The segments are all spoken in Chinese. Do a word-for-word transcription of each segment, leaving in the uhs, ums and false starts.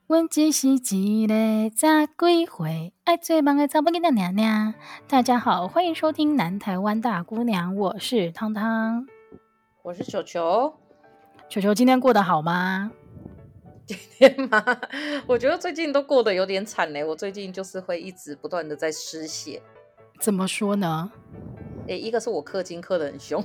阮只是一个十几岁爱做梦的查某囡仔娘娘。大家好，欢迎收听南台湾大姑娘，我是汤汤， 我是球球。 球球今天过得好吗？ 今天吗？我觉得最近都过得有点惨嘞。我最近就是会一直不断的在失血。 怎么说呢？ 诶，一个是我氪金氪得很凶，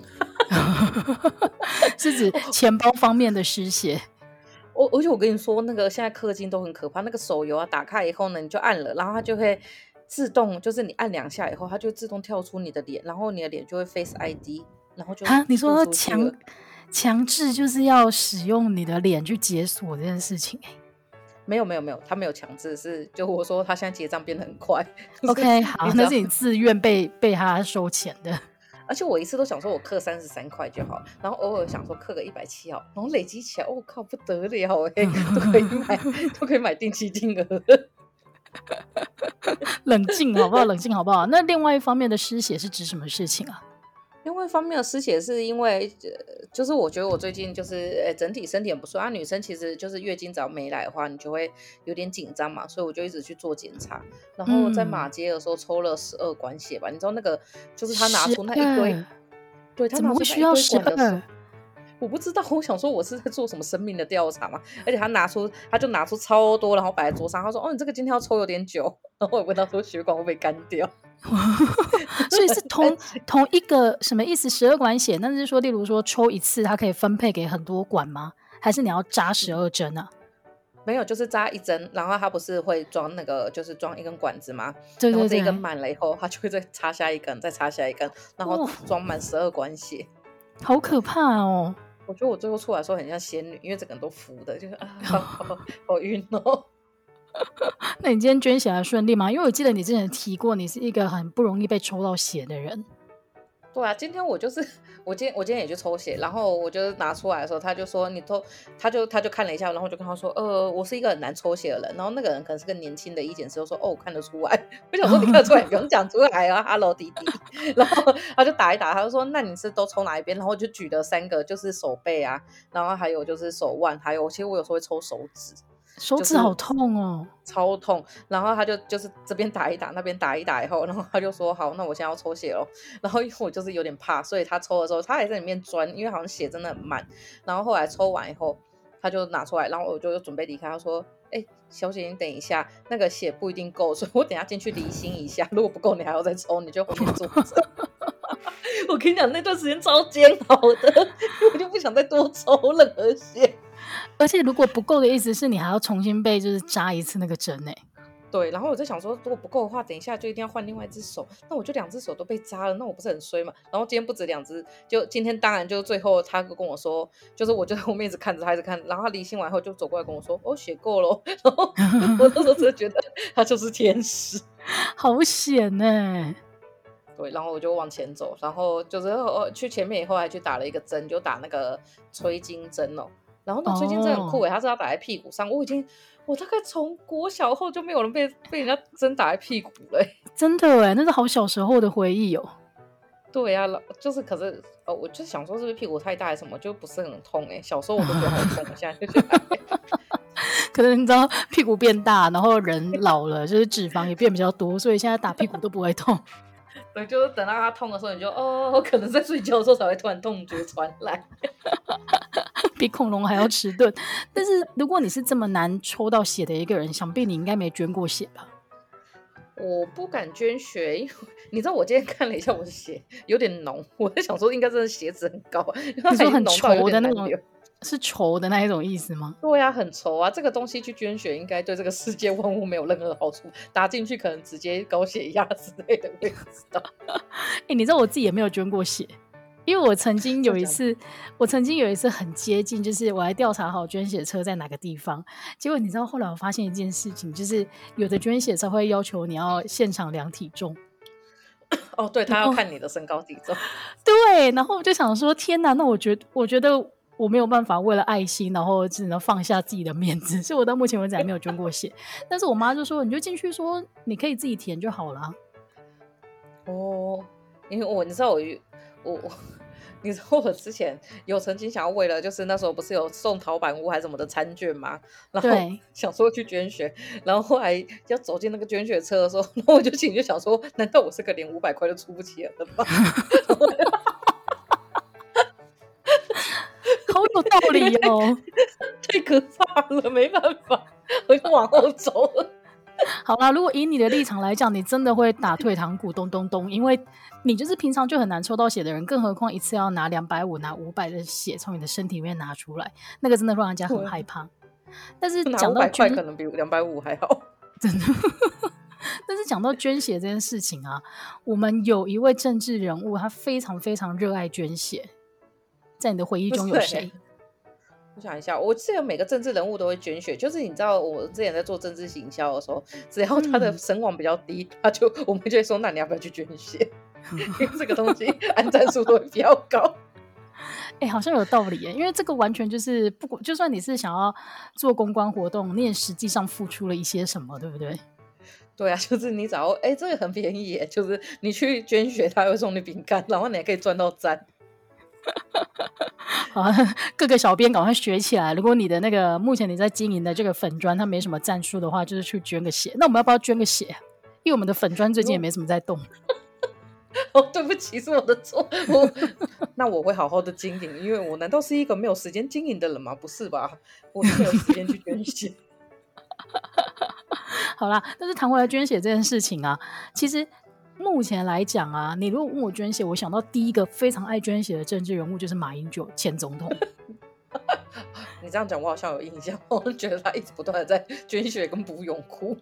是指钱包方面的失血。 我而且我跟你说，那个现在氪金都很可怕，那个手游啊，打开以后呢，你就按了，然后它就会自动，就是你按两下以后，它就会自动跳出你的脸，然后你的脸就会 Face I D， 然后就哈，你说出去强了。 强制就是要使用你的脸去解锁这件事情、欸、 没有没有没有，他没有强制，是就我说他现在结账变得很快。 OK， 好，那是你自愿被被他收钱的。 而且我一次都想说我氪三十三块就好，然后偶尔想说氪个一百七好，然后累积起来，我、哦、靠不得了哎，都可以买都可以买定期定额。 冷静好不好？冷静好不好？那另外一方面的失血是指什么事情啊？ 另外一方面的失血是因为、呃、就是我觉得我最近就是、呃、整体身体很不顺啊，女生其实就是月经只要没来的话，你就会有点紧张嘛，所以我就一直去做检查，然后在马街的时候抽了十二管血吧，你知道那个就是他拿出那一堆，对，他怎么会需要十二？ 我不知道，我想说我是在做什么生命的调查嘛，而且他拿出他就拿出超多，然后摆在桌上，他说哦你这个今天要抽有点久，然后我也问他说血管会不会干掉。 所以是同同一个什么意思？十二管血，那是说，例如说抽一次，它可以分配给很多管吗？还是你要扎十二针啊？ 没有，就是扎一针，然后它不是会装那个，就是装一根管子吗？ 对对对。 然后这一根满了以后，它就会再插下一根，再插下一根，然后装满十二管血。 好可怕哦！ 我觉得我最后出来的时候很像仙女，因为整个人都浮的，就是啊，好好好晕哦。 那你今天捐血还顺利吗？因为我记得你之前提过，你是一个很不容易被抽到血的人。 对啊，今天我就是我今天我今天也去抽血，然后我就拿出来的时候，他就说你抽，他就他就看了一下，然后我就跟他说，呃，我是一个很难抽血的人，然后那个人可能是个年轻的医检师，说哦，我看得出来，我想说你看得出来，你不用讲出来啊，Hello 弟弟，然后他就打一打，他就说那你是都抽哪一边？然后我就举了三个，就是手背啊，然后还有就是手腕，还有其实我有时候会抽手指。 手指好痛哦， 就是、超痛。然后他就就是这边打一打，那边打一打以后，然后他就说好，那我现在要抽血了。然后因为我就是有点怕，所以他抽的时候他还在里面钻，因为好像血真的很慢。然后后来抽完以后，他就拿出来，然后我就准备离开。他说：“哎、欸，小姐，你等一下，那个血不一定够，所以我等一下进去离心一下。如果不够，你还要再抽，你就后面坐着。”我跟你讲，那段时间超煎熬的，我就不想再多抽任何血。 而且如果不够的意思是你还要重新被就是扎一次那个针欸。 对，然后我在想说，如果不够的话，等一下就一定要换另外一只手，那我就两只手都被扎了，那我不是很衰嘛？然后今天不止两只，就今天当然就最后他跟我说，就是我就在后面一直看着他，一直看，然后他离心完后就走过来跟我说，哦，血够了。然后我那时候真的觉得他就是天使， 好险欸。 对，然后我就往前走，然后就是、哦、去前面以后还去打了一个针，就打那个催经针哦。然后那催经针很酷诶、欸，他是要打在屁股上。我已经，我大概从国小后就没有人被被人家针打在屁股了、欸， 真的哎，那是好小时候的回忆哦。 对啊，就是可是哦，我就想说是不是屁股太大还是什么，就不是很痛哎、欸。小时候我都觉得好痛，我现在就觉得可能你知道屁股变大，然后人老了，就是脂肪也变比较多，所以现在打屁股都不会痛。 对，就是等到他痛的时候，你就哦，可能在睡觉的时候才会突然痛觉传来。 比恐龙还要迟钝。但是如果你是这么难抽到血的一个人，想必你应该没捐过血吧？ 我不敢捐血，因为你知道我今天看了一下我的血有点浓，我在想说应该真的血脂很高。 你说很稠的那种，是稠的那一种意思吗？ 对啊，很稠啊，这个东西去捐血应该对这个世界万物没有任何好处，打进去可能直接高血压之类的，我也不知道。 欸，你知道我自己也没有捐过血，因为我曾经有一次我曾经有一次很接近，就是我还调查好捐血车在哪个地方，结果你知道后来我发现一件事情，就是有的捐血车会要求你要现场量体重。 哦，对，他要看你的身高体重。 对，然后我就想说天哪，那我觉得我觉得我没有办法为了爱心然后只能放下自己的面子，所以我到目前为止还没有捐过血。但是我妈就说你就进去说你可以自己填就好了。 哦，因为我你知道我我你知道我之前有曾经想要为了就是那时候不是有送陶板屋还是什么的餐券吗？然后想说去捐血，然后后来要走进那个捐血车的时候，然后我就心里就想说，难道我是个连五百块都出不起来的吗？ 好有道理哦， 太可怕了，没办法，我就往后走了。 好啦，如果以你的立场来讲，你真的会打退堂鼓，咚咚咚，因为你就是平常就很难抽到血的人，更何况一次要拿两百五、拿五百的血从你的身体里面拿出来，那个真的会让人家很害怕。但是讲到捐，可能比两百五还好， 真的。但是讲到捐血这件事情啊，我们有一位政治人物，他非常非常热爱捐血，在你的回忆中有谁？ 我想一下，我记得每个政治人物都会捐血，就是你知道我之前在做政治行销的时候，只要他的声望比较低，嗯、他就我们就会说，那你要不要去捐血？因为这个东西按赞数都会比较高。 哎、欸，好像有道理耶，因为这个完全就是不管，就算你是想要做公关活动，你也实际上付出了一些什么，对不对？ 对啊，就是你只要哎、欸，这个很便宜耶，就是你去捐血，他会送你饼干，然后你还可以赚到赞。 好，各个小编赶快学起来。如果你的那个目前你在经营的这个粉专它没什么赞数的话，就是去捐个血。那我们要不要捐个血？因为我们的粉专最近也没什么在动。 哦，对不起，是我的错。我那我会好好的经营，因为我难道是一个没有时间经营的人吗？不是吧？我是没有时间去捐血。 好啦，但是谈回来捐血这件事情啊，其实目前来讲啊，你如果问我捐血，我想到第一个非常爱捐血的政治人物就是马英九前总统。 你这样讲我好像有印象，我觉得他一直不断的在捐血跟补泳裤。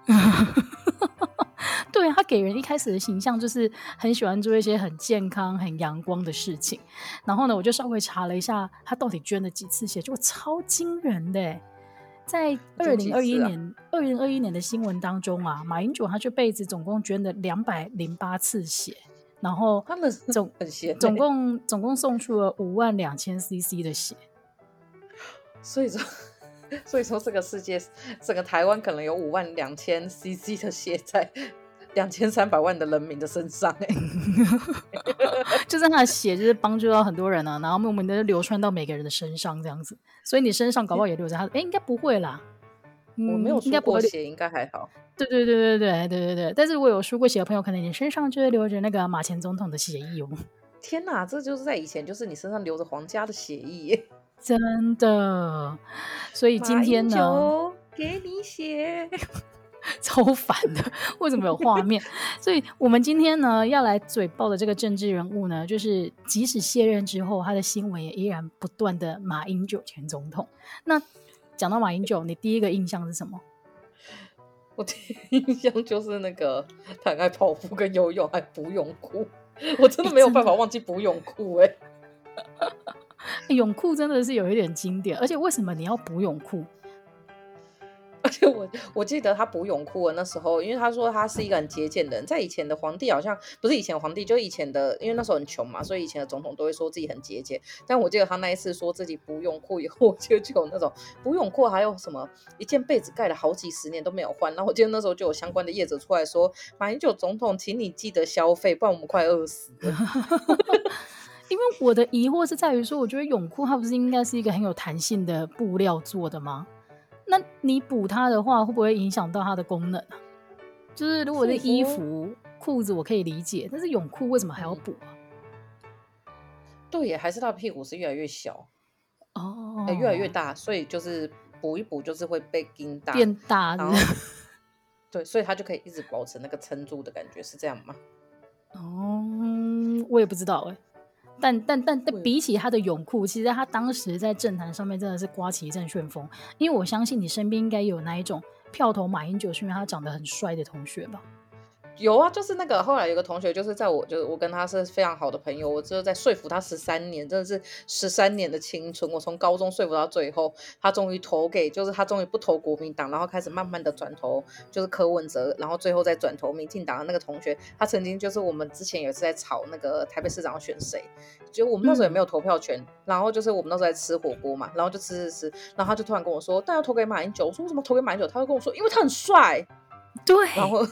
对，他给人一开始的形象就是很喜欢做一些很健康很阳光的事情，然后呢我就稍微查了一下他到底捐了几次血，结果超惊人的。在二零二一年二零二一年的新闻当中啊，马英九他这辈子总共捐了两百零八次血，然后总很闲， 总共总共送出了五万两千 C C 的血。 所以说，所以说这个世界，整个台湾可能有五万两千 C C 的血在两千三百万的人民的身上，哎， 就是他的血就是帮助到很多人啊，然后莫名的流传到每个人的身上这样子，所以你身上搞不好也留着他，哎，应该不会啦。 嗯、我没有输过血，应该还好。 对对对对对对对对，但是如果有输过血的朋友，可能你身上就会留着那个马前总统的血液哦。 天哪，这就是在以前，就是你身上流着皇家的血液， 真的。所以今天呢， 马英九给你血。 超烦的，为什么有画面？所以我们今天呢要来嘴爆的这个政治人物呢，就是即使卸任之后，他的新闻也依然不断的马英九前总统。那讲到马英九，你第一个印象是什么？ 我第一印象就是那个他很爱跑步跟游泳，还补泳裤。我真的没有办法忘记补泳裤哎、 欸。泳裤真的是有一点经典，而且为什么你要补泳裤？ 而且我我记得他补泳裤的那时候，因为他说他是一个很节俭的人，在以前的皇帝好像不是以前的皇帝，就以前的，因为那时候很穷嘛，所以以前的总统都会说自己很节俭。但我记得他那一次说自己补泳裤以后，我记得就有那种补泳裤还有什么一件被子盖了好几十年都没有换。然后我记得那时候就有相关的业者出来说，马英九总统，请你记得消费，不然我们快饿死了。 因为我的疑惑是在于说，我觉得泳裤它不是应该是一个很有弹性的布料做的吗？那你补它的话，会不会影响到它的功能啊？就是如果是衣服、裤子，我可以理解，但是泳裤为什么还要补啊？ 嗯、对耶，还是他的屁股是越来越小哦、 欸，越来越大，所以就是补一补，就是会被筋大变大是不是， 然后对，所以他就可以一直保持那个撑住的感觉，是这样吗？ 哦，我也不知道哎、欸。但但但但比起他的泳裤，其实他当时在政坛上面真的是刮起一阵旋风，因为我相信你身边应该有那一种票投马英九是因为他长得很帅的同学吧？ 有啊，就是那个后来有个同学，就是在我就是我跟他是非常好的朋友，我就在说服他十三年，真的是十三年的青春，我从高中说服到最后，他终于投给，就是他终于不投国民党，然后开始慢慢的转投就是柯文哲，然后最后再转投民进党的那个同学，他曾经就是我们之前有一次在吵那个台北市长要选谁，就我们那时候也没有投票权、嗯、然后就是我们那时候在吃火锅嘛，然后就吃吃吃，然后他就突然跟我说但要投给马英九，我说为什么投给马英九，他就跟我说因为他很帅， 对， 然后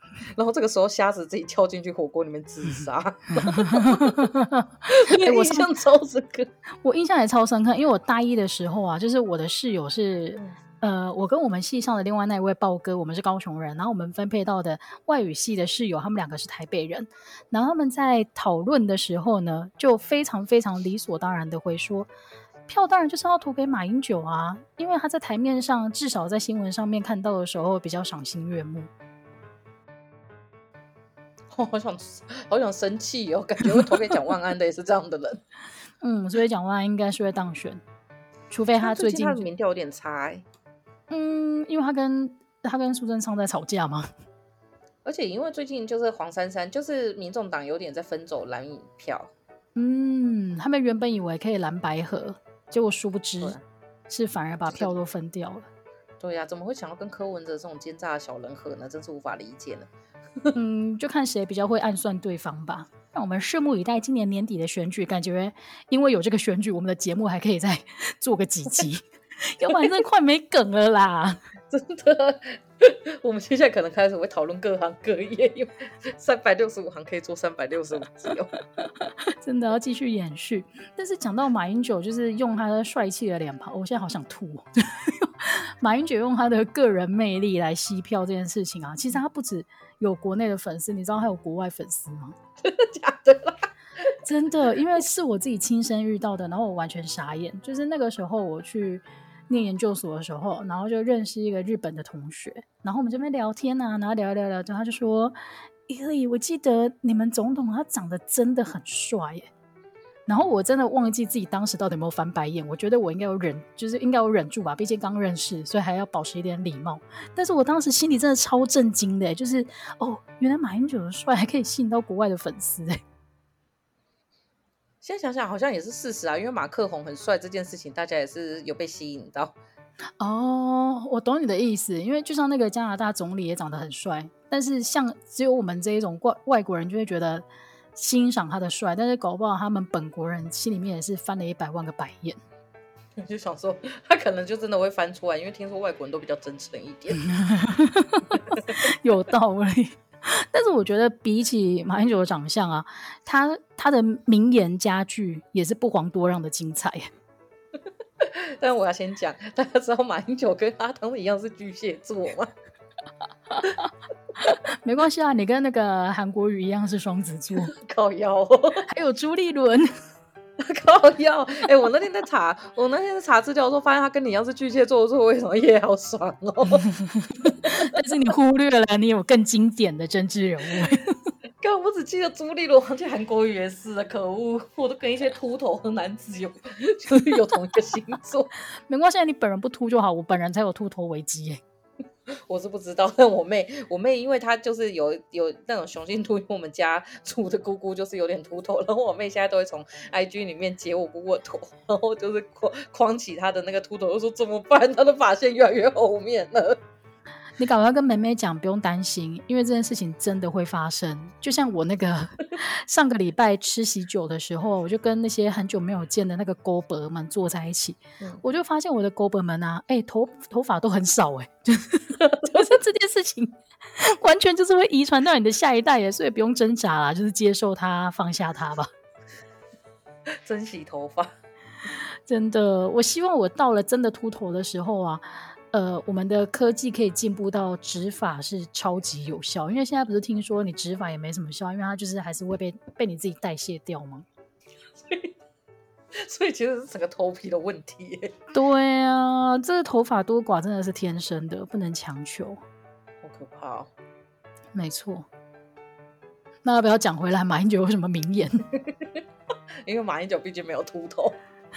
然后这个时候瞎子自己跳进去火锅里面自杀。 欸、我印象超深刻， 我印象也超深刻，因为我大一的时候啊，就是我的室友是、嗯、呃，我跟我们系上的另外那一位豹哥，我们是高雄人，然后我们分配到的外语系的室友，他们两个是台北人，然后他们在讨论的时候呢，就非常非常理所当然的会说，票当然就是要投给马英九啊，因为他在台面上至少在新闻上面看到的时候比较赏心悦目。 我好想好想生气哦，感觉会投给蒋万安的也是这样的人。 嗯，所以蒋万安应该是会当选，除非他最近他的民调有点差、欸、 嗯，因为他跟他跟苏贞昌在吵架嘛。 而且因为最近就是黄珊珊，就是民众党有点在分走蓝营票。 嗯，他们原本以为可以蓝白合，结果殊不知是反而把票都分掉了。 对呀、啊，怎么会想要跟柯文哲这种奸诈的小人合呢？真是无法理解呢。 嗯，就看谁比较会暗算对方吧。让我们拭目以待今年年底的选举，感觉因为有这个选举，我们的节目还可以再做个几集，要不然真的快没梗了啦。 真的，我们接下来可能开始会讨论各行各业，因为三百六十五行可以做三百六十五集哦。 真的要继续延续。但是讲到马英九，就是用他的帅气的脸庞，我现在好想吐、哦。马英九用他的个人魅力来吸票这件事情啊，其实他不止有国内的粉丝，你知道他有国外粉丝吗？ 真的假的啦？ 真的，因为是我自己亲身遇到的，然后我完全傻眼。就是那个时候我去念研究所的时候，然后就认识一个日本的同学，然后我们这边聊天啊，然后聊聊聊，他就说：“伊利，我记得你们总统他长得真的很帅耶。”然后我真的忘记自己当时到底有没有翻白眼，我觉得我应该有忍，就是应该有忍住吧，毕竟刚认识，所以还要保持一点礼貌。但是我当时心里真的超震惊的，就是哦，原来马英九的帅还可以吸引到国外的粉丝哎。 现在想想好像也是事实啊，因为马克宏很帅这件事情，大家也是有被吸引到。 哦，我懂你的意思，因为就像那个加拿大总理也长得很帅，但是像只有我们这一种外外国人就会觉得欣赏他的帅，但是搞不好他们本国人心里面也是翻了一百万个白眼。 就想说他可能就真的会翻出来，因为听说外国人都比较真诚一点。 有道理。但是我觉得比起马英九的长相啊，他他的名言佳句也是不遑多让的精彩。 但我要先讲，大家知道马英九跟阿汤一样是巨蟹座吗？ 没关系啊，你跟那个韩国瑜一样是双子座。 靠腰哦。 还有朱立伦。 靠腰，哎、欸，我那天在查，我那天在查资料的时候，发现他跟你一样是巨蟹座，我说为什么也好爽哦？ 但是你忽略了你有更经典的政治人物。 刚刚我只记得朱立伦，而且韩国瑜也是的，可恶！我都跟一些秃头的男子有，就是有同一个星座。 没关系，你本人不秃就好，我本人才有秃头危机耶。 我是不知道，但我妹，我妹因为她就是有有那种雄性秃，因为我们家住的姑姑就是有点秃头，然后我妹现在都会从 I G 里面截我姑姑的头，然后就是框框起她的那个秃头，就说怎么办？她的发线越来越后面了。 你赶快跟妹妹讲，不用担心，因为这件事情真的会发生。就像我那个上个礼拜吃喜酒的时候，我就跟那些很久没有见的那个勾伯们坐在一起，嗯、我就发现我的勾伯们啊，哎、欸，头头发都很少哎、欸，就是这件事情完全就是会遗传到你的下一代耶，所以不用挣扎啦，就是接受它，放下它吧， 珍惜头发。 真的，我希望我到了真的秃头的时候啊。呃，我们的科技可以进步到植发是超级有效，因为现在不是听说你植发也没什么效，因为它就是还是会被被你自己代谢掉吗？ 所以，所以其实是整个头皮的问题耶。 对啊，这个头发多寡真的是天生的，不能强求。 好可怕哦。 没错。那要不要讲回来，马英九有什么名言？ 因为马英九毕竟没有秃头。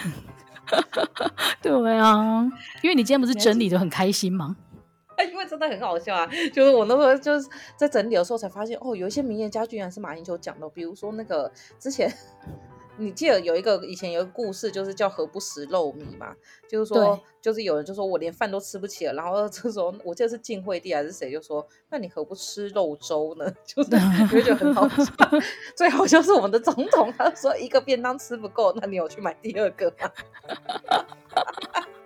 对啊，因为你今天不是整理的很开心吗？ 因为真的很好笑啊，就是我那时候就是在整理的时候才发现，哦，有一些名言佳句居然是马英九讲的，比如说那个之前你记得有一个以前有一个故事，就是叫何不食肉糜嘛，就是说就是有人就说我连饭都吃不起了，然后这时候我记得是晋惠帝还是谁就说，那你何不吃肉粥呢？就是你会觉得很好笑。最好笑是我们的总统，他说一个便当吃不够，那你有去买第二个吗？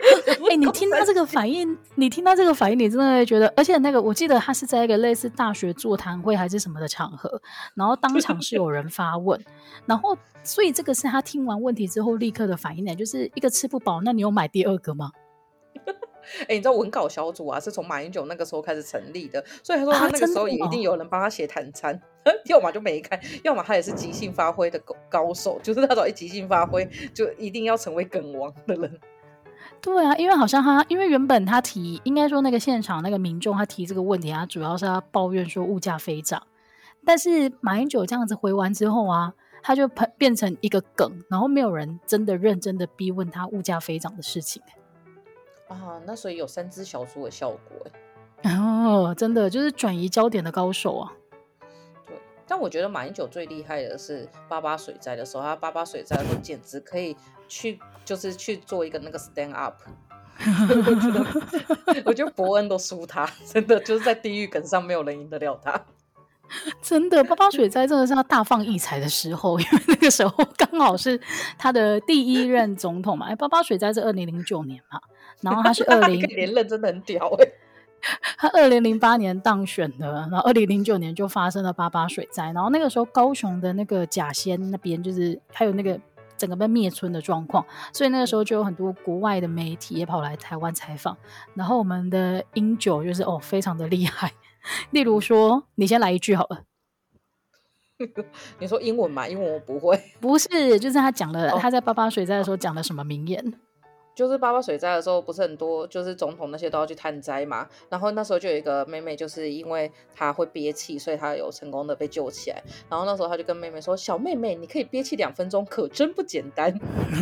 哎、欸，你听到这个反应，你听到这个反应，你真的会觉得，而且那个我记得他是在一个类似大学座谈会还是什么的场合，然后当场是有人发问，然后所以这个是他听完问题之后立刻的反应呢，就是一个吃不饱，那你有买第二个吗？ 哎、欸，你知道文稿小组啊，是从马英九那个时候开始成立的，所以他说他那个时候也一定有人帮他写谈餐，啊哦、要么就没看，要么他也是即兴发挥的高手，就是那种一即兴发挥就一定要成为梗王的人。 对啊，因为好像他，因为原本他提，应该说那个现场那个民众他提这个问题，他主要是他抱怨说物价飞涨，但是马英九这样子回完之后啊，他就变成一个梗，然后没有人真的认真的逼问他物价飞涨的事情。 啊，那所以有三只小猪的效果哦，真的就是转移焦点的高手啊。 对，但我觉得马英九最厉害的是八八水灾的时候，他八八水灾的时候简直可以去就是去做一个那个 stand up。我觉得我觉得伯恩都输他，真的就是在地狱梗上没有人赢得了他。 真的，八八水灾真的是他大放异彩的时候，因为那个时候刚好是他的第一任总统嘛。哎，八八水灾是二零零九年嘛，然后他是二零连任真的很屌哎、欸。 他二零零八年当选的，然后二零零九年就发生了八八水灾，然后那个时候高雄的那个甲仙那边就是还有那个整个被灭村的状况，所以那个时候就有很多国外的媒体也跑来台湾采访，然后我们的英九就是哦非常的厉害。例如说，你先来一句好了。 你说英文嘛？英文我不会。 不是，就是他讲了，哦、他在八八水灾的时候讲了什么名言？ 就是八八水灾的时候，不是很多就是总统那些都要去探灾嘛。然后那时候就有一个妹妹，就是因为她会憋气，所以她有成功的被救起来。然后那时候她就跟妹妹说：“小妹妹，你可以憋气两分钟，可真不简单。”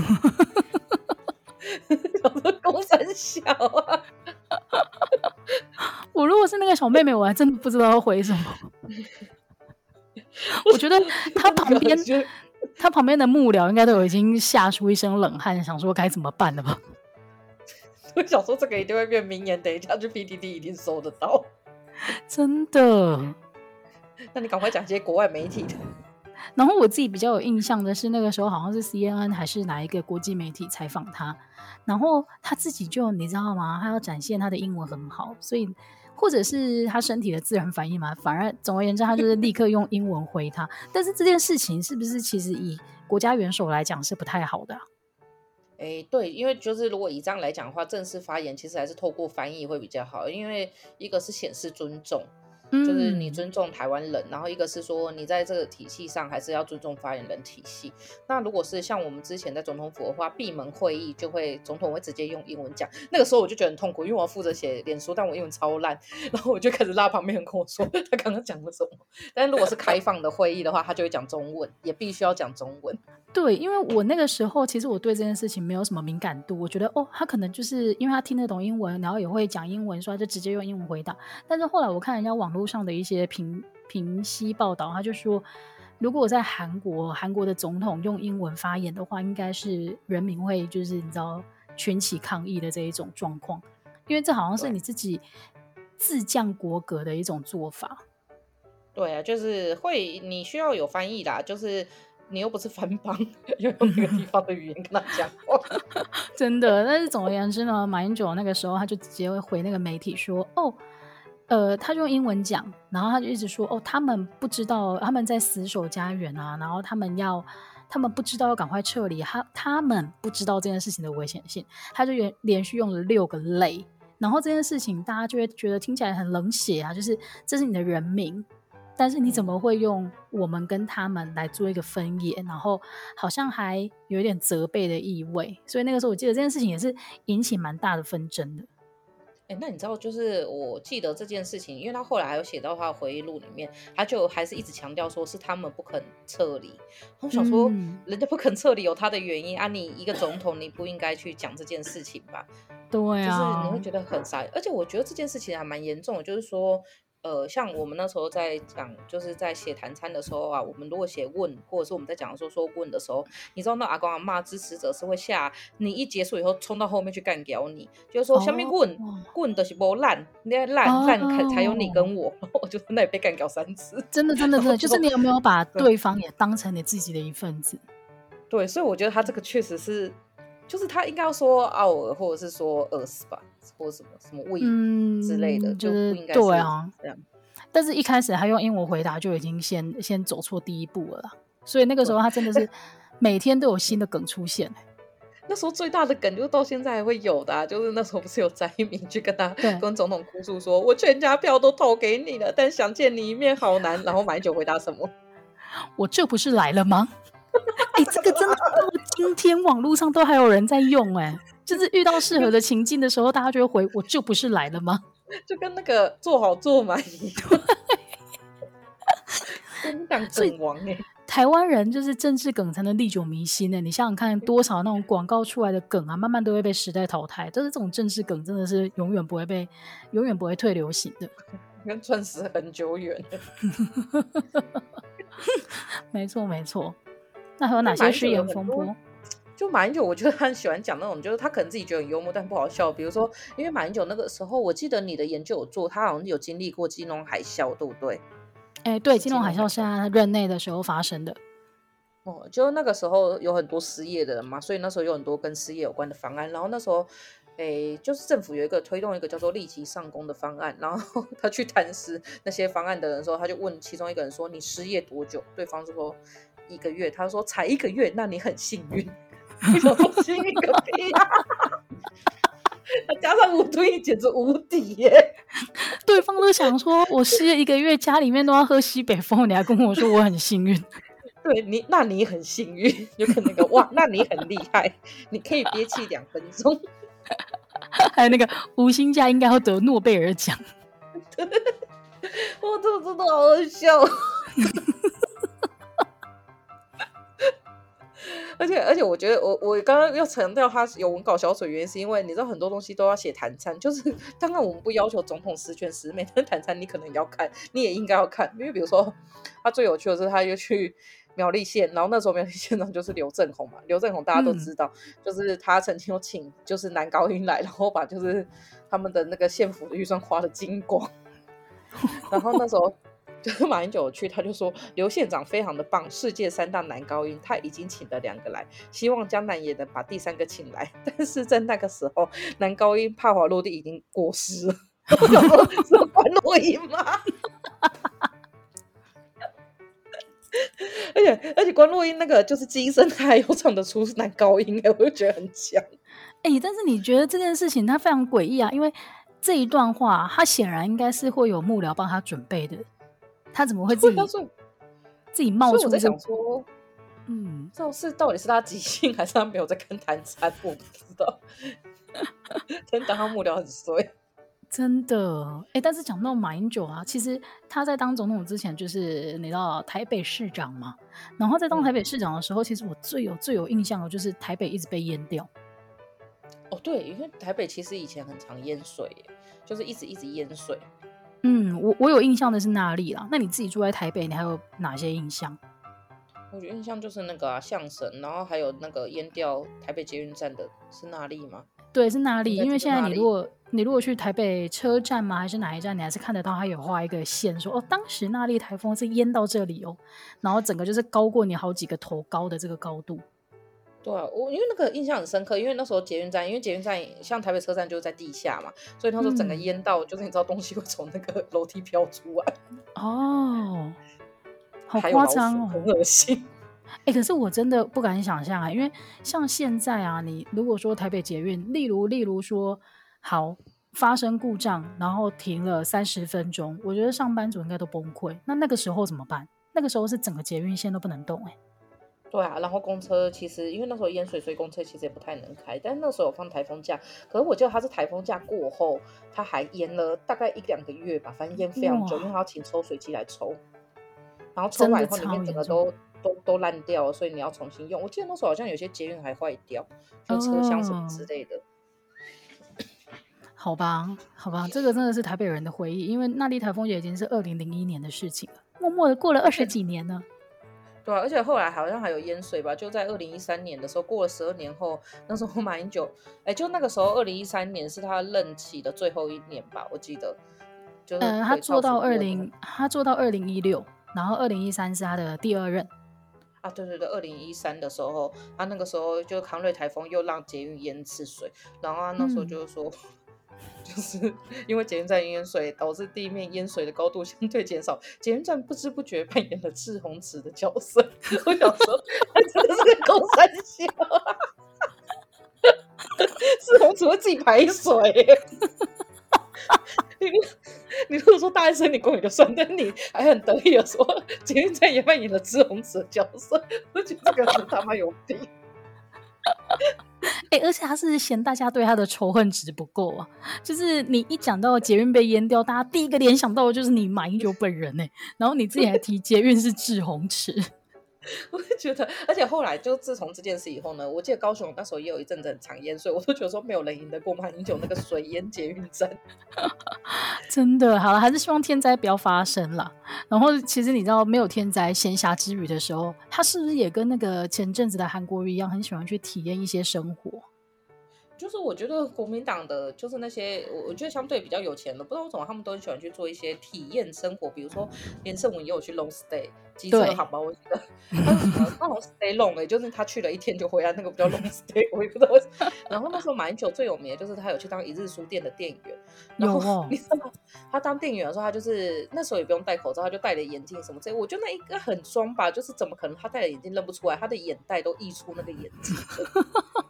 我说公三小啊。 我如果是那个小妹妹，我还真的不知道要回什么。我觉得他旁边，他旁边的幕僚应该都已经吓出一身冷汗，想说该怎么办了吧？ 我想说这个一定会变名言，等一下去 P T T 一定搜得到。 真的。 那你赶快讲些国外媒体的。 然后我自己比较有印象的是，那个时候好像是 C N N 还是哪一个国际媒体采访他，然后他自己就你知道吗？他要展现他的英文很好，所以或者是他身体的自然反应嘛，反而总而言之，他就是立刻用英文回他。但是这件事情是不是其实以国家元首来讲是不太好的啊？ 哎，对，因为就是如果以这样来讲的话，正式发言其实还是透过翻译会比较好，因为一个是显示尊重。就是你尊重台湾人，然后一个是说你在这个体系上还是要尊重发言人体系。那如果是像我们之前在总统府的话，闭门会议就会总统会直接用英文讲，那个时候我就觉得很痛苦，因为我要负责写脸书，但我英文超烂，然后我就开始拉旁边人跟我说他刚刚讲了什么。但如果是开放的会议的话，他就会讲中文，也必须要讲中文。 对，因为我那个时候其实我对这件事情没有什么敏感度，我觉得哦，他可能就是因为他听得懂英文，然后也会讲英文，所以他就直接用英文回答。但是后来我看人家网络上的一些评评析报道，他就说，如果在韩国，韩国的总统用英文发言的话，应该是人民会就是你知道群起抗议的这一种状况，因为这好像是你自己自降国格的一种做法。 对啊，就是会你需要有翻译啦，就是你又不是番邦，要用那个地方的语言跟他讲话。 真的，但是总而言之呢，马英九那个时候他就直接会回那个媒体说，哦，呃，他就用英文讲，然后他就一直说，哦，他们不知道，他们在死守家园啊，然后他们要，他们不知道要赶快撤离，他他们不知道这件事情的危险性，他就连连续用了六个类，然后这件事情大家就会觉得听起来很冷血啊，就是这是你的人民。但是你怎么会用我们跟他们来做一个分野，然后好像还有一点责备的意味，所以那个时候我记得这件事情也是引起蛮大的纷争的。 哎，那你知道，就是我记得这件事情，因为他后来还有写到他的回忆录里面，他就还是一直强调说是他们不肯撤离。我想说，嗯、人家不肯撤离有他的原因啊，你一个总统你不应该去讲这件事情吧？ 对啊， 就是你会觉得很傻，而且我觉得这件事情还蛮严重的，就是说。呃，像我们那时候在讲，就是在写谈餐的时候啊，我们如果写问，或者是我们在讲说说问的时候，你知道那阿公阿嬷支持者是会下你一结束以后冲到后面去干掉你，就是说下面问问的是不烂，那烂烂才有你跟我，然后我就那里被干掉三次， 真的真的真的，就是你有没有把对方也当成你自己的一份子？ 对，所以我觉得他这个确实是就是他应该要说奥尔或者是说尔斯吧，或者什么什么魏之类的， 嗯，就就是不应该对是啊。 这样。 但是一开始他用英文回答就已经先先走错第一步了啦，所以那个时候对， 他真的是每天都有新的梗出现、欸。 那时候最大的梗就是到现在还会有的、啊，就是那时候不是有翟一鸣去跟他对， 跟总统哭诉说，我全家票都投给你了，但想见你一面好难。然后马英九回答什么？ 我这不是来了吗？哎、欸，这个真的到今天网络上都还有人在用、欸，哎，就是遇到适合的情境的时候，大家就会回我这不是来了吗？ 就跟那个做好做满一样。国民党梗王哎、欸， 台湾人就是政治梗才能历久弥新呢、欸。你想想看，多少那种广告出来的梗啊，慢慢都会被时代淘汰。但是这种政治梗真的是永远不会被，永远不会退流行的。 跟钻石很久远。 没错没错。那还有哪些失言风波？ 就马英九，我觉得他很喜欢讲那种，就是他可能自己觉得很幽默，但不好笑。比如说，因为马英九那个时候，我记得你的研究有做，他好像有经历过金融海啸，对不对？ 哎、欸，对，金融海啸是他任内的时候发生的。 哦，就那个时候有很多失业的人嘛，所以那时候有很多跟失业有关的方案。然后那时候，诶，就是政府有一个推动一个叫做立即上工的方案。然后他去探视那些方案的人的时候，他就问其中一个人说：“你失业多久？”对方就说：“一个月。”他说：“才一个月，那你很幸运。”你说幸运个屁啊！加上吴敦义简直无敌耶！ 对方都想说，我失业一个月，家里面都要喝西北风，你还跟我说我很幸运。 对你，那你很幸运，有可能那个哇，那你很厉害，你可以憋气两分钟。 还有那个吴欣嘉应该要得诺贝尔奖。 我这真的好好笑。而且而且，我觉得我我刚刚要强调他有文稿小水，原因是因为你知道很多东西都要写谈餐，就是当然我们不要求总统十全十美，但谈餐你可能要看，你也应该要看，因为比如说他最有趣的是，他又去苗栗县，然后那时候苗栗县长就是刘正宏嘛，刘正宏大家都知道，嗯、就是他曾经有请就是男高音来，然后把就是他们的那个县府的预算花得精光，然后那时候。就是马英九去，他就说刘县长非常的棒，世界三大男高音他已经请了两个来，希望江南也能把第三个请来。但是在那个时候，男高音帕华落地已经过世了。我想说是关洛音吗？而且而且关洛音那个就是机声，他还有唱得出男高音哎，我就觉得很强。 哎、欸，但是你觉得这件事情他非常诡异啊？因为这一段话，他显然应该是会有幕僚帮他准备的。他怎么会自己自己冒出？ 所以我在想说， 嗯， 这是到底是他即兴，还是他没有在看谈餐？我不知道。真当他幕僚很衰， 真的。哎、欸，但是讲到马英九啊，其实他在当总统之前，就是你知道台北市长嘛。然后在当台北市长的时候，嗯、其实我最有最有印象的就是台北一直被淹掉。 哦，对，因为台北其实以前很常淹水耶，就是一直一直淹水。 嗯，我我有印象的是那里啦。那你自己住在台北，你还有哪些印象？ 我觉得印象就是那个啊，象神，然后还有那个淹掉台北捷运站的是那里吗？ 对，是那里。因为现在你如果你如果去台北车站吗？还是哪一站？你还是看得到它有画一个线，说哦，当时那莉台风是淹到这里哦，然后整个就是高过你好几个头高的这个高度。 对啊，我因为那个印象很深刻，因为那时候捷运站，因为捷运站像台北车站就是在地下嘛，所以那时候整个淹到，嗯、就是你知道东西会从那个楼梯飘出来。 哦，好夸张哦， 很恶心。 哎、欸，可是我真的不敢想象啊，因为像现在啊，你如果说台北捷运，例如例如说好发生故障，然后停了三十分钟，我觉得上班族应该都崩溃。那那个时候怎么办？那个时候是整个捷运线都不能动哎、欸。 对啊，然后公车其实因为那时候淹水，所以公车其实也不太能开。但是那时候有放台风假，可是我记得它是台风假过后，它还淹了大概一两个月吧，反正淹非常久，因为它要请抽水机来抽，然后抽完以后里面整个都都都烂掉了，所以你要重新用。我记得那时候好像有些捷运还坏掉，就车厢什么之类的。 哦、好吧，好吧，这个真的是台北人的回忆，因为那莉台风也已经是二零零一年的事情了，默默的过了二十几年呢。 对啊，而且后来好像还有淹水吧，就在二零一三年的时候，过了十二年后，那时候马英九，哎，就那个时候二零一三年是他任期的最后一年吧，我记得。就是、 呃，他做到二零，他做到二零一六，然后二零一三是他的第二任。 啊，对对对，二零一三的时候，他那个时候就康瑞台风又让捷运淹赤水，然后他那时候嗯， 就是说，就是因为捷运站淹水，导致地面淹水的高度相对减少，捷运站不知不觉扮演了滞洪池的角色。我想说，他真的是个公三小，滞洪池会自己排水耶。你你如果说大安森林公园就算，但你还很得意的说捷运站也扮演了滞洪池的角色，我觉得这个人他妈有病。 哎、而且他是嫌大家对他的仇恨值不够啊！就是你一讲到捷运被淹掉，大家第一个联想到的就是你马英九本人哎、然后你自己还提捷运是滞洪池。 我就觉得，而且后来就自从这件事以后呢，我记得高雄那时候也有一阵子很常淹水，我都觉得说没有人赢得过马英九那个水淹捷运站。 真的，好了，还是希望天灾不要发生啦。然后，其实你知道，没有天灾，闲暇之余的时候，他是不是也跟那个前阵子的韩国瑜一样，很喜欢去体验一些生活？ 就是我觉得国民党的，就是那些我我觉得相对比较有钱的，不知道为什么他们都很喜欢去做一些体验生活，比如说连胜文也有去 long stay 机车对， 航吧，我记得他是什么那种 stay long 哎、就是他去了一天就回来，那个比较 long stay，我也不知道为什么。然后那时候马英九最有名的就是他有去当一日书店的店员，然后有哦你，知道他当店员的时候，他就是那时候也不用戴口罩，他就戴了眼镜什么之类，我觉得那一个很装吧，就是怎么可能他戴了眼镜认不出来，他的眼袋都溢出那个眼镜了。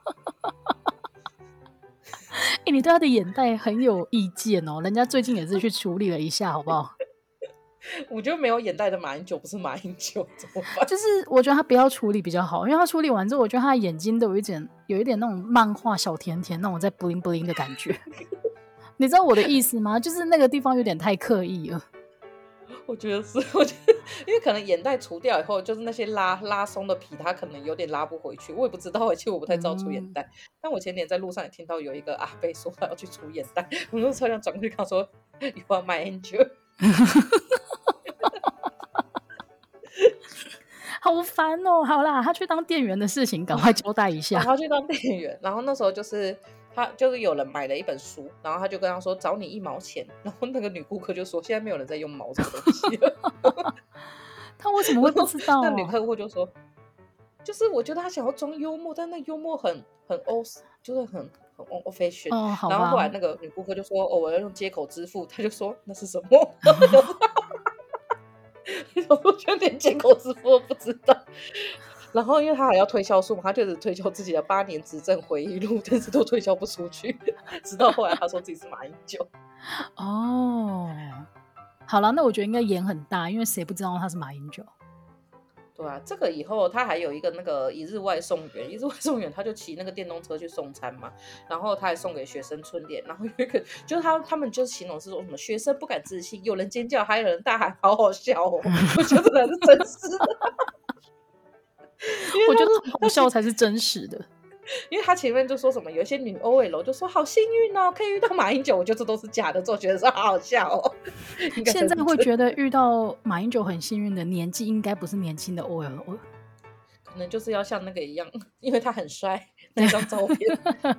哎、你对他的眼袋很有意见哦。人家最近也是去处理了一下，好不好？ 我觉得没有眼袋的马英九不是马英九，怎么办？ 就是我觉得他不要处理比较好，因为他处理完之后，我觉得他的眼睛都有一点有一点那种漫画小甜甜那种在 bling bling 的感觉。你知道我的意思吗？就是那个地方有点太刻意了。 我觉得是，我觉得因为可能眼袋除掉以后，就是那些拉拉松的皮，它可能有点拉不回去。我也不知道，其实我不太知道除眼袋。嗯、但我前年在路上也听到有一个阿伯说他要去除眼袋，我就超想转过去跟他说 ：“You are my angel。” 好烦哦！好啦，他去当店员的事情，赶快交代一下。 他去当店员，然后那时候就是他就是有人买了一本书，然后他就跟他说找你一毛钱，然后那个女顾客就说现在没有人在用毛这个东西了。 他为什么会不知道、啊？ 那女客户就说，就是我觉得他想要装幽默，但那幽默很很 old， 就是很很 old fashion。 哦，好吧。 然后后来那个女顾客就说哦，我要用接口支付，他就说那是什么？我就连接口支付都不知道。然后因为他还要推销书嘛，他就是推销自己的八年执政回忆录，但是都推销不出去。直到后来他说自己是马英九。 哦，好了，那我觉得应该演很大，因为谁不知道他是马英九？ 对啊，这个以后他还有一个那个一日外送员，一日外送员他就骑那个电动车去送餐嘛，然后他还送给学生春联，然后有一个就是他他们就是形容是说什么学生不敢置信，有人尖叫还有人大喊，好好笑哦，我觉得那是真实的。 我觉得好笑才是真实的。 因为他前面就说什么有一些女 O L 就说好幸运哦，可以遇到马英九，我觉得这都是假的，我觉得是好好笑哦。 现在会觉得遇到马英九很幸运的年纪应该不是年轻的 O L， 可能就是要像那个一样，因为他很帅那张照片。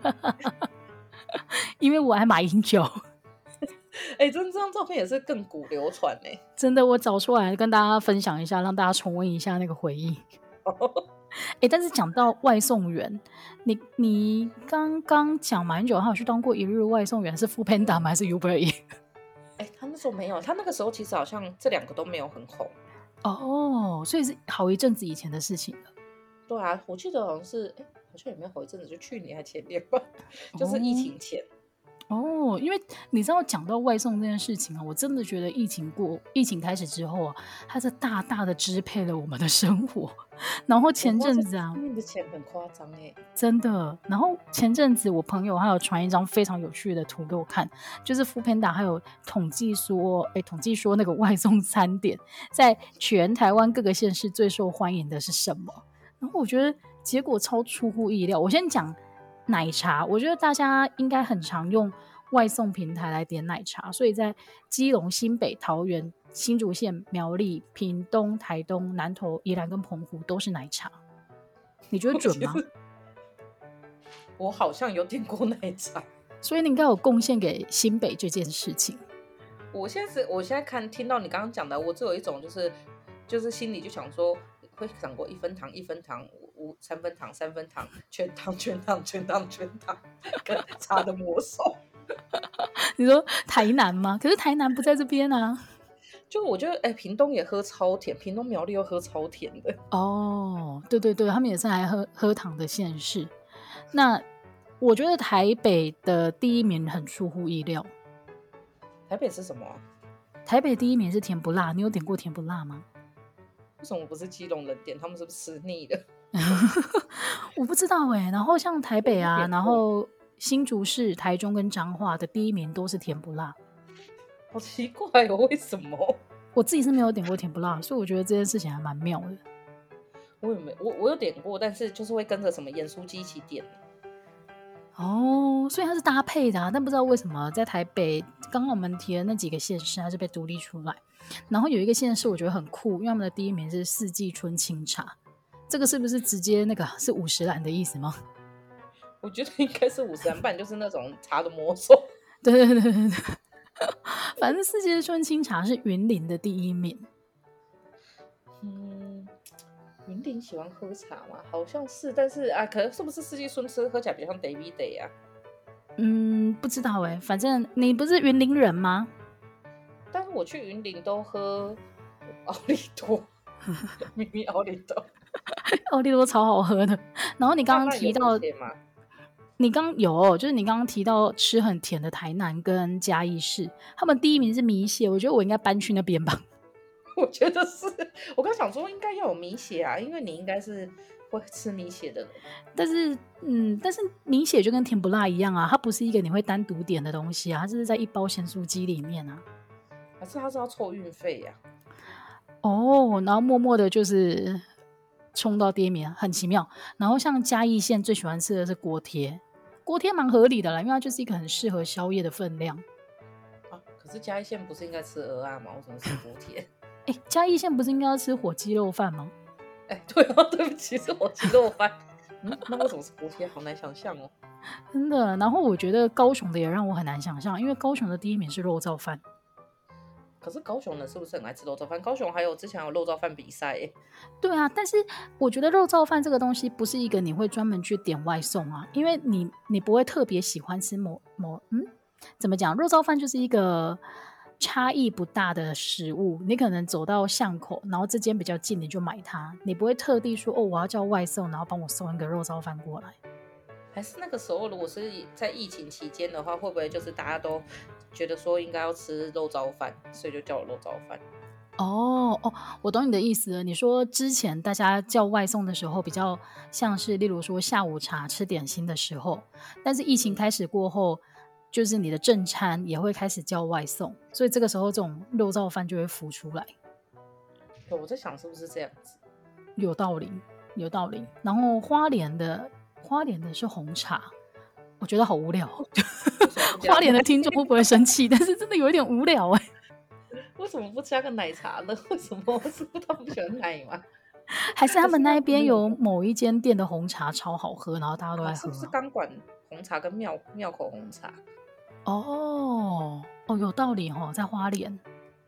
因为我爱马英九。 哎、欸，这张照片也是亘古流传哎， 真的，我找出来跟大家分享一下，让大家重温一下那个回忆。欸、但是讲到外送员，你你刚刚讲马英九他有去当过一日外送员，是 Foodpanda 吗？还是 Uber Eats？ 哎、欸，他那时候没有，他那个时候其实好像这两个都没有很红哦，所以是好一阵子以前的事情了。 对啊，我记得好像是，哎、欸，好像也没有好一阵子，就去年还前年吧，就是疫情前。 哦，因为你知道讲到外送这件事情啊，我真的觉得疫情过，疫情开始之后啊，它是大大的支配了我们的生活。然后前阵子啊， 命的钱很夸张哎， 真的。然后前阵子我朋友还有传一张非常有趣的图给我看，就是 Foodpanda 还有统计说，哎，统计说那个外送餐点在全台湾各个县市最受欢迎的是什么？然后我觉得结果超出乎意料。我先讲奶茶，我觉得大家应该很常用外送平台来点奶茶，所以在基隆、新北、桃园、新竹县、苗栗、屏东、台东、南投、宜兰跟澎湖都是奶茶。你觉得准吗？ 我好像有点过奶茶， 所以你应该有贡献给新北这件事情。 我现在是，我现在看听到你刚刚讲的，我只有一种就是，就是心里就想说， 会想过一分糖一分糖，五三分糖三分糖，全糖全糖全糖全糖，跟茶的魔手。 你说台南吗？可是台南不在这边啊。 就我觉得，哎、欸，屏东也喝超甜，屏东苗栗又喝超甜的。 哦，对对对，他们也是来喝喝糖的县市。那我觉得台北的第一名很出乎意料。 台北是什么、啊？ 台北第一名是甜不辣，你有点过甜不辣吗？ 为什么不是基隆人点？他们是不是吃腻了？ 我不知道哎、欸。然后像台北啊，然后新竹市、台中跟彰化的第一名都是甜不辣。 好奇怪哦，为什么？ 我自己是没有点过甜不辣，所以我觉得这件事情还蛮妙的。 我也没，我我有点过，但是就是会跟着什么盐酥鸡一起点。 哦，所以它是搭配的啊，但不知道为什么在台北，刚刚我们提的那几个县市，它是被独立出来。然后有一个县市我觉得很酷，因为他们的第一名是四季春清茶，这个是不是直接那个是五十岚的意思吗？ 我觉得应该是五十岚，不然就是那种茶的魔手。 对对对对对，反正四季春清茶是云林的第一名。 嗯，云林喜欢喝茶吗？好像是，但是啊，可能是不是四季春吃喝起来比较像 David Day 啊？ 嗯，不知道哎、欸，反正你不是云林人吗？ 但是我去云林都喝奥利多，咪咪奥利多， 奥利多超好喝的。然后你刚刚提到，你刚有就是你刚刚提到吃很甜的台南跟嘉义市，他们第一名是米血，我觉得我应该搬去那边吧。 我觉得是，我刚想说应该要有米血啊，因为你应该是会吃米血的人。 但是，嗯，但是米血就跟甜不辣一样啊，它不是一个你会单独点的东西啊，它是在一包咸酥鸡里面啊。 还是它是要凑运费呀？ 哦，然后默默的就是冲到第一名，很奇妙。然后像嘉义县最喜欢吃的是锅贴，锅贴蛮合理的啦，因为它就是一个很适合宵夜的分量。 啊，可是嘉义县不是应该吃蚵仔吗？为什么吃锅贴？ 哎，嘉义县不是应该要吃火鸡肉饭吗？ 哎，对啊，对不起，是火鸡肉饭。嗯，那为什么是锅贴？好难想象哦。 真的。然后我觉得高雄的也让我很难想象，因为高雄的第一名是肉燥饭。 可是高雄人是不是很爱吃肉燥饭？高雄还有之前有肉燥饭比赛耶。 对啊，但是我觉得肉燥饭这个东西不是一个你会专门去点外送啊，因为你你不会特别喜欢吃某某嗯，怎么讲？肉燥饭就是一个差异不大的食物，你可能走到巷口，然后这间比较近，你就买它，你不会特地说哦，我要叫外送，然后帮我送一个肉燥饭过来。 还是那个时候，如果是在疫情期间的话，会不会就是大家都觉得说应该要吃肉燥饭，所以就叫我肉燥饭？ 哦哦，我懂你的意思了。你说之前大家叫外送的时候，比较像是例如说下午茶吃点心的时候，但是疫情开始过后，就是你的正餐也会开始叫外送，所以这个时候这种肉燥饭就会浮出来。 对，我在想是不是这样子？ 有道理，有道理。然后花莲的花莲的是红茶，我觉得好无聊。花莲的听众会不会生气？但是真的有一点无聊哎、欸。 为什么不加个奶茶呢？为什么？是不是他们不喜欢奶吗？ 还是他们那边有某一间店的红茶超好喝，然后大家都在喝、啊？ 是不是钢管红茶跟庙庙口红茶？ 哦哦，有道理哦，在花莲。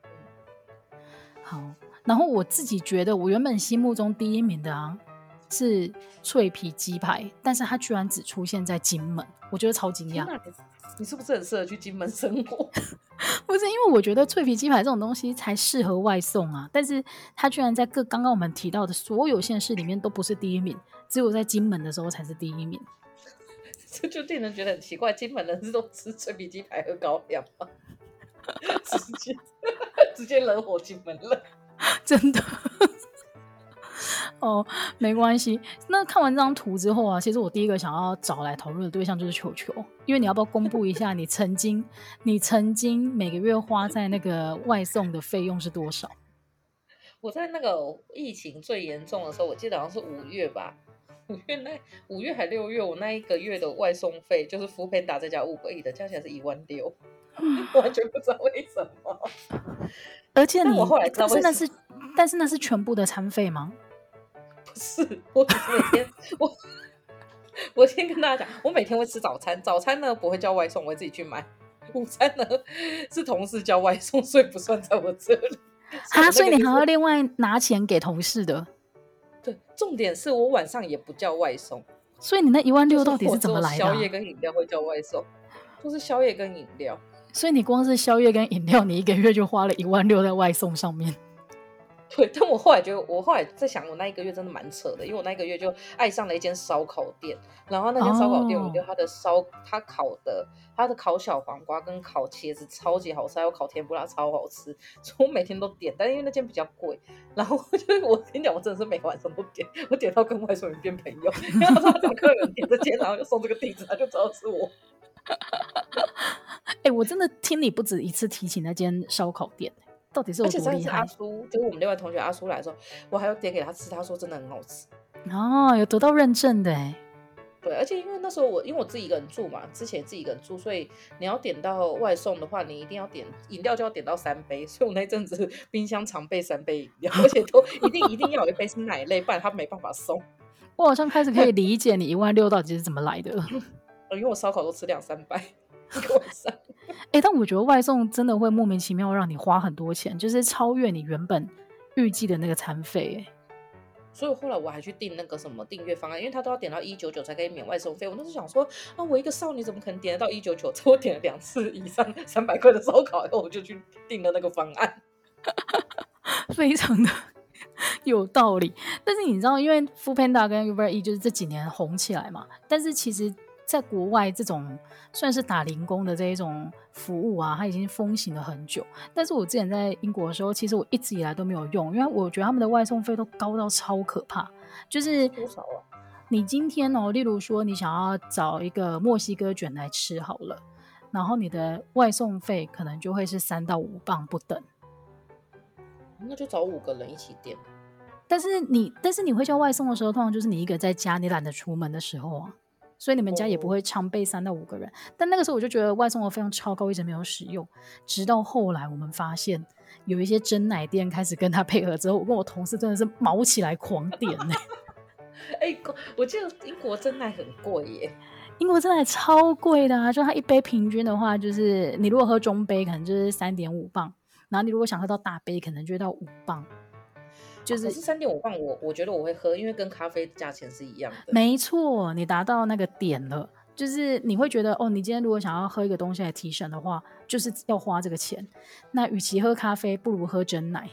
好，然后我自己觉得，我原本心目中第一名的啊是脆皮鸡排，但是它居然只出现在金门，我觉得超惊讶。 你是不是很适合去金门生活？ 不是，因为我觉得脆皮鸡排这种东西才适合外送啊，但是它居然在各刚刚我们提到的所有县市里面都不是第一名，只有在金门的时候才是第一名。 这就令人觉得很奇怪，金门人是都吃脆皮鸡排和高粱吗？直接直接惹火金门了， 真的。哦，没关系。那看完这张图之后啊，其实我第一个想要找来讨论的对象就是球球，因为你要不要公布一下你曾经你曾经每个月花在那个外送的费用是多少？ 我在那个疫情最严重的时候，我记得好像是五月吧，五月那五月还六月，我那一个月的外送费就是 Foodpanda 再加 Uber Eats 的加起来是一万六，完全不知道为什么。 而且你， 我后来知道为什么， 但是那是但是那是全部的餐费吗？ 不是，我每天我我先跟大家讲，我每天会吃早餐，早餐呢不会叫外送，我会自己去买。午餐呢是同事叫外送，所以不算在我这里。 啊，所以你还要另外拿钱给同事的？ 对，重点是我晚上也不叫外送， 所以你那一万就六到底是是我只有怎么来的、 宵夜啊？ 跟饮料会叫外送，就是宵夜跟饮料。 所以你光是宵夜跟饮料，你一个月就花了一万六在外送上面。 对，但我后来觉得，我后来在想，我那一个月真的蛮扯的，因为我那一个月就爱上了一间烧烤店，然后那间烧烤店，我觉得哦， 它的烧，它烤的，它的烤小黄瓜跟烤茄子超级好吃，还有烤甜不辣超好吃，所以我每天都点，但因为那间比较贵，然后就是我跟你讲，我真的是每个晚上都点，我点到跟外送员变朋友，因为他说他这个客人点这间，然后就送这个地址，他就知道是我。 哎、欸，我真的听你不止一次提起那间烧烤店，到底是有而且上次阿多厉害？ 苏，就是我们另外同学阿苏来的时候，我还要点给他吃，他说真的很好吃。 哦，有得到认证的哎。 对，而且因为那时候我因为我自己一个人住嘛，之前自己一个人住，所以你要点到外送的话，你一定要点饮料就要点到三杯，所以我那阵子冰箱常备三杯饮料，而且都一定一定要有一杯是奶类，不然他没办法送。 我好像开始可以理解你一万六到底是怎么来的。 因为我烧烤都吃两三百一个晚上。 哎、欸，但我觉得外送真的会莫名其妙让你花很多钱，就是超越你原本预计的那个餐费。哎， 所以后来我还去订那个什么订阅方案，因为他都要点到一九九才可以免外送费。我那时候想说，啊，我一个少女怎么可能点得到一九九？我点了两次以上三百块的烧烤，然后我就去订了那个方案， 非常的有道理。但是你知道，因为 Foodpanda 跟 Uber E 就是这几年红起来嘛，但是其实在国外这种算是打零工的这一种服务啊，它已经风行了很久。但是我之前在英国的时候，其实我一直以来都没有用，因为我觉得他们的外送费都高到超可怕。就是多少啊？ 你今天哦，例如说你想要找一个墨西哥卷来吃好了，然后你的外送费可能就会是三到五磅不等。 那就找五个人一起点。 但是你但是你会叫外送的时候，通常就是你一个在家，你懒得出门的时候啊，所以你们家也不会常备三到五个人。Oh. 但那个时候我就觉得外送的费用超高，一直没有使用。直到后来我们发现有一些珍奶店开始跟他配合之后，我跟我同事真的是毛起来狂点呢、 欸。哎，我记得英国珍奶很贵耶。 英国珍奶超贵的啊，就它一杯平均的话，就是你如果喝中杯可能就是三点五磅，然后你如果想喝到大杯，可能就会到五磅。就是、 啊、可是三点五磅，我我觉得我会喝，因为跟咖啡价钱是一样的。 没错，你达到那个点了，就是你会觉得哦，你今天如果想要喝一个东西来提神的话，就是要花这个钱。那与其喝咖啡，不如喝珍奶。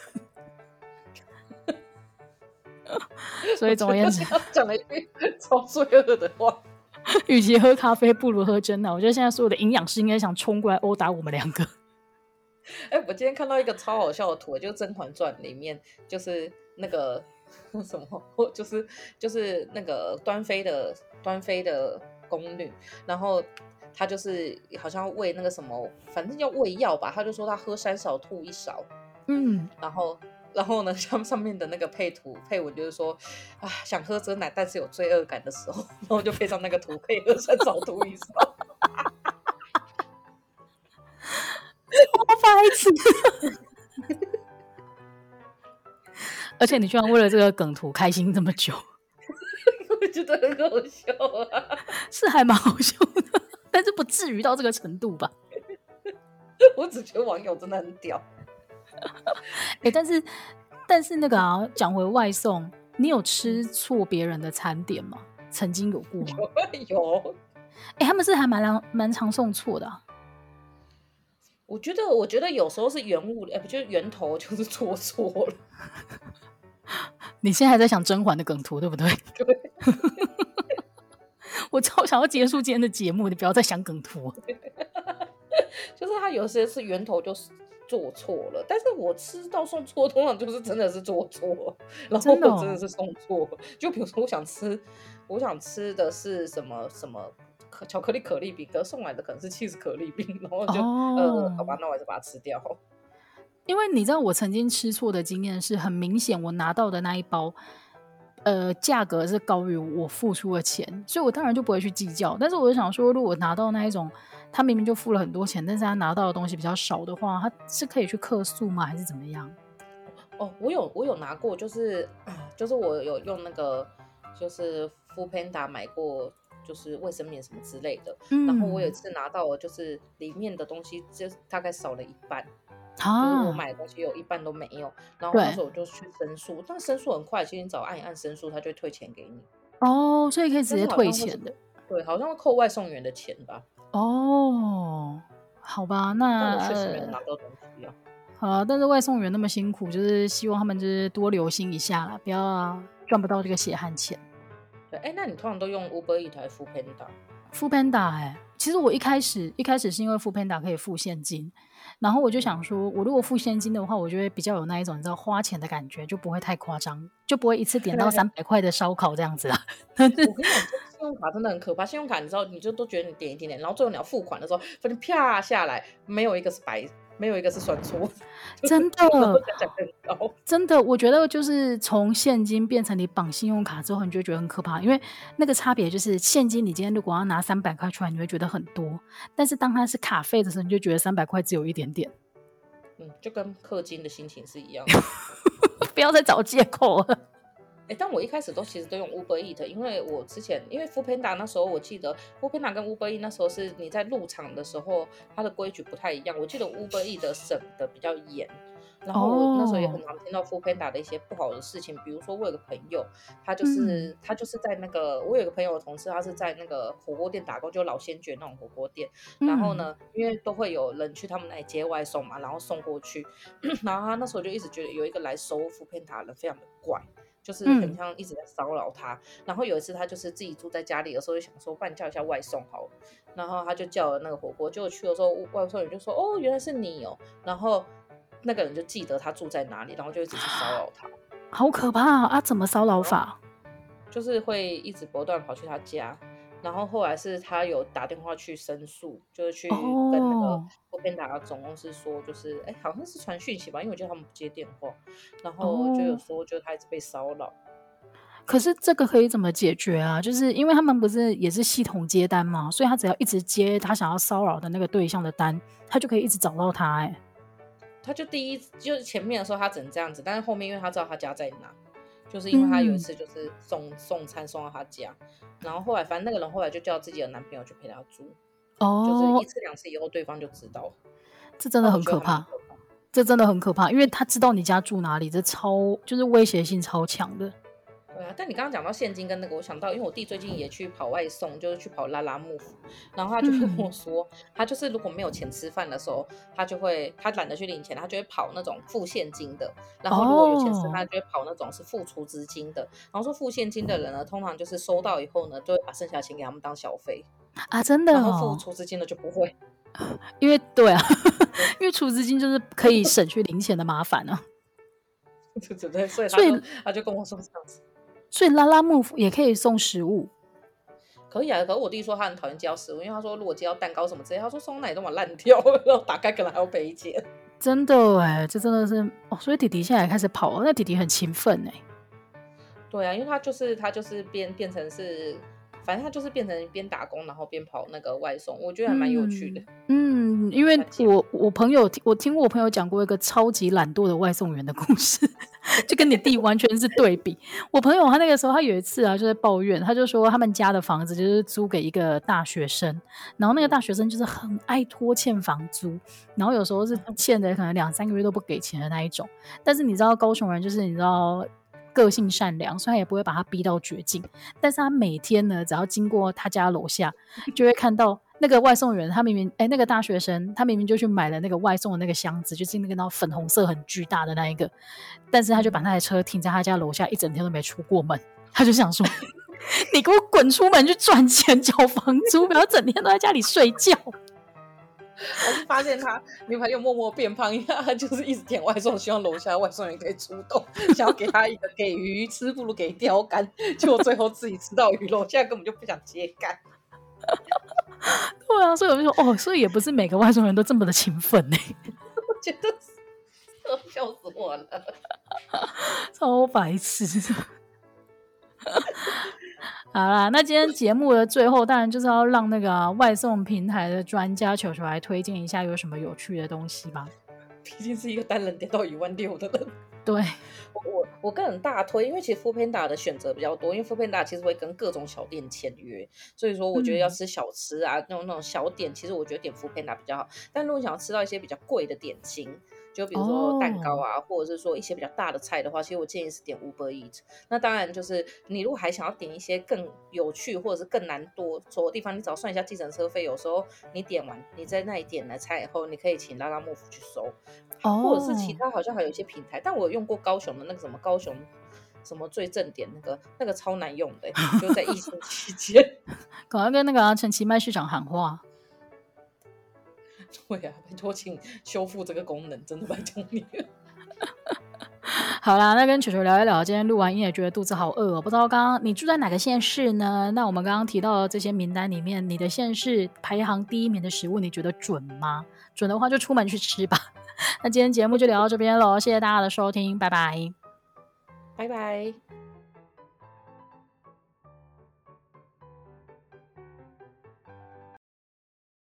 所以总而言之， 讲了一句超罪恶的话。 与其喝咖啡，不如喝珍奶。我觉得现在所有的营养师应该想冲过来殴打我们两个。 哎、欸，我今天看到一个超好笑的图，就是《甄嬛传》里面，就是那个什么，就是就是那个端妃的端妃的宫女，然后她就是好像喂那个什么，反正要喂药吧，她就说她喝三勺吐一勺， 嗯， 然后然后呢，上上面的那个配图配文就是说啊，想喝真奶，但是有罪恶感的时候，然后就配上那个图，可以喝三勺吐一勺。 超白痴！而且你居然为了这个梗图开心这么久， 我觉得很好笑啊， 是还蛮好笑的，但是不至于到这个程度吧？ 我只觉得网友真的很屌。 哎、欸，但是但是那个啊，讲回外送，你有吃错别人的餐点吗？曾经有过吗？ 有。 哎、欸，他们是还蛮蛮常送错的、啊。 我觉得，我觉得有时候是原物，哎，不就是源头就是做错了。 你现在还在想甄嬛的梗图，对不对？ 对。 我超想要结束今天的节目，你不要再想梗图。 就是他有些是源头就是做错了，但是我吃到送错，通常就是真的是做错，然后我真的是送错。哦、就比如说，我想吃，我想吃的是什么什么。巧克力可丽饼，可送来的可能是起司可丽饼，然后就、哦、呃，好吧，那我还是把它吃掉。 因为你知道，我曾经吃错的经验是很明显，我拿到的那一包，呃，价格是高于我付出的钱，所以我当然就不会去计较。但是我就想说，如果拿到那一种，他明明就付了很多钱，但是他拿到的东西比较少的话，他是可以去客诉吗？还是怎么样？ 哦，我有我有拿过，就是就是我有用那个就是 Foodpanda 买过。就是卫生棉什么之类的、嗯、然后我有一次拿到了就是里面的东西就大概少了一半， 就是我啊， 买的东西有一半都没有。然后那对， 时候我就去申诉，但申诉很快，其实你只要按一按申诉，他就会退钱给你， 哦，所以可以直但是接好像会是退钱的。 对，好像会扣外送员的钱吧。 哦，好吧， 嗯，但那我确实没有呃拿到东西啊。 好啊，但是外送员那么辛苦，就是希望他们就是多留心一下啦，不要赚不到这个血汗钱。 对，哎，那你通常都用 Uber Eats 还是 Foodpanda？ f o o Panda 哎、其实我一开始一开始是因为 f o o Panda 可以付现金，然后我就嗯， 想说，我如果付现金的话，我就会比较有那一种你知道花钱的感觉，就不会太夸张，就不会一次点到三百块的烧烤这样子啦。 我跟你讲，这信用卡真的很可怕。信用卡你知道，你就都觉得你点一点点，然后最后你要付款的时候，发现啪下来，没有一个是白，没有一个是算错，就是真然后的， 加起来更高。 真的，我觉得就是从现金变成你绑信用卡之后，你就会觉得很可怕，因为那个差别就是现金，你今天如果要拿三百块出来，你会觉得很多，但是当它是卡费的时候，你就觉得三百块只有一点点。 嗯，就跟氪金的心情是一样的。 不要再找借口了。 哎，但我一开始都其实都用 Uber Eats，因为我之前因为 Foodpanda 那时候我记得 Foodpanda 跟 Uber Eats 那时候是你在入场的时候，它的规矩不太一样。我记得 Uber Eats 的审的比较严，然后我那时候也很哦， 常听到 Foodpanda 的一些不好的事情，比如说我有个朋友，他就嗯是他就是在那个我有个朋友的同事，他是在那个火锅店打工，就老先觉那种火锅店。然后嗯呢，因为都会有人去他们那里接外送嘛，然后送过去，然后他那时候就一直觉得有一个来收 Foodpanda 的人非常的怪。就是很嗯像一直在骚扰他。然后有一次他就是自己住在家里的时候，就想说，不然叫一下外送好了。然后他就叫了那个火锅，结果去的时候，外送员就说：“哦，原来是你哦。”然后那个人就记得他住在哪里，然后就一直去骚扰他， 好可怕啊！啊怎么骚扰法？ 就是会一直不断跑去他家。然后后来是他有打电话去申诉，就是去跟那个哦后边打总公司说，就是哎，好像是传讯息吧，因为我觉得他们不接电话，然后就有哦， 说，就是他一直被骚扰。 可是这个可以怎么解决啊？就是因为他们不是也是系统接单嘛，所以他只要一直接他想要骚扰的那个对象的单，他就可以一直找到他、欸。哎， 他就第一就是前面的时候他只能这样子，但是后面因为他知道他家在哪，就是因为他有一嗯， 次就是送送餐送到他家，然后后来反正那个人后来就叫自己的男朋友去陪他住，就是哦， 一次两次以后对方就知道了。 这真的但我觉得很可怕， 还蛮可怕。 这真的很可怕，因为他知道你家住哪里，这超就是威胁性超强的。 对啊，但你刚刚讲到现金跟那个，我想到，因为我弟最近也去跑外送，就是去跑拉拉木夫，然后他就跟我嗯， 说，他就是如果没有钱吃饭的时候，他就会他懒得去领钱，他就会跑那种付现金的，然后如果有钱吃哦， 饭，就会跑那种是付储值金的。然后说付现金的人呢，通常就是收到以后呢，就会把剩下的钱给他们当小费， 啊，真的然后付哦， 储值金的就不会。 因为对啊，因为储值金就是可以省去零钱的麻烦啊。 对对对，所以他所以就他就跟我说这样子。 所以拉拉木也可以送食物可以啊，可是我弟说他很讨厌接到食物，因为他说如果接到蛋糕什么之类，他说送奶都蛮烂掉了，然后打开可能还要赔钱。 真的哎，这真的是哦，所以弟弟现在也开始跑了，那弟弟很勤奋哎。 对啊，因为他就是他就是变变成是，反正他就是变成边打工然后边跑那个外送，我觉得还蛮有趣的。 嗯嗯，因为他节我我朋友我听过我朋友讲过一个超级懒惰的外送员的故事，就跟你弟完全是对比。我朋友他那个时候他有一次啊，就在抱怨，他就说他们家的房子就是租给一个大学生，然后那个大学生就是很爱拖欠房租，然后有时候是欠的可能两三个月都不给钱的那一种。但是你知道高雄人就是你知道个性善良，所以他也不会把他逼到绝境。但是他每天呢，只要经过他家楼下，就会看到那个外送员，他明明哎，那个大学生，他明明就去买了那个外送的那个箱子，就是那个那粉红色很巨大的那一个，但是他就把那台车停在他家楼下，一整天都没出过门。他就想说，你给我滚出门去赚钱缴房租，不要整天都在家里睡觉。 我是发现他女朋友默默变胖，因为他就是一直点外送，希望楼下外送员可以出动，想要给他一个给鱼吃，不如给钓竿，结果最后自己吃到鱼，楼下根本就不想接干。 对啊，所以我就说，哦，所以也不是每个外送员都这么的勤奋呢、欸， 我觉得是笑死我了。 超白痴。好啦，那今天节目的最后，当然就是要让那个、啊、外送平台的专家球球来推荐一下有什么有趣的东西吧。 毕竟是一个单人点到一万六的人。 对， 我我我个人大推，因为其实 Foodpanda 的选择比较多，因为 Foodpanda 其实会跟各种小店签约，所以说我觉得要嗯， 吃小吃啊，那种那种小点，其实我觉得点 Foodpanda 比较好。但如果想要吃到一些比较贵的点心，就比如说蛋糕哦， 啊，或者是说一些比较大的菜的话，其实我建议是点 Uber Eat。那当然就是你如果还想要点一些更有趣或者是更难多走的地方，你只要算一下计程车费，有时候你点完你在那里点了菜以后，你可以请拉拉木夫去收。或者是其哦， 他好像还有一些平台，但我有用过高雄的那个什么高雄什么最正点那个那个超难用的欸，就在疫情期间。 赶快跟那个陈其迈市长喊话。 对啊，拜托请修复这个功能，真的拜托你了。 好啦，那跟球球聊一聊，今天录完音也觉得肚子好饿哦。不知道刚刚你住在哪个县市呢？那我们刚刚提到的这些名单里面，你的县市排行第一名的食物，你觉得准吗？准的话就出门去吃吧。那今天节目就聊到这边喽，谢谢大家的收听，拜拜。 拜拜。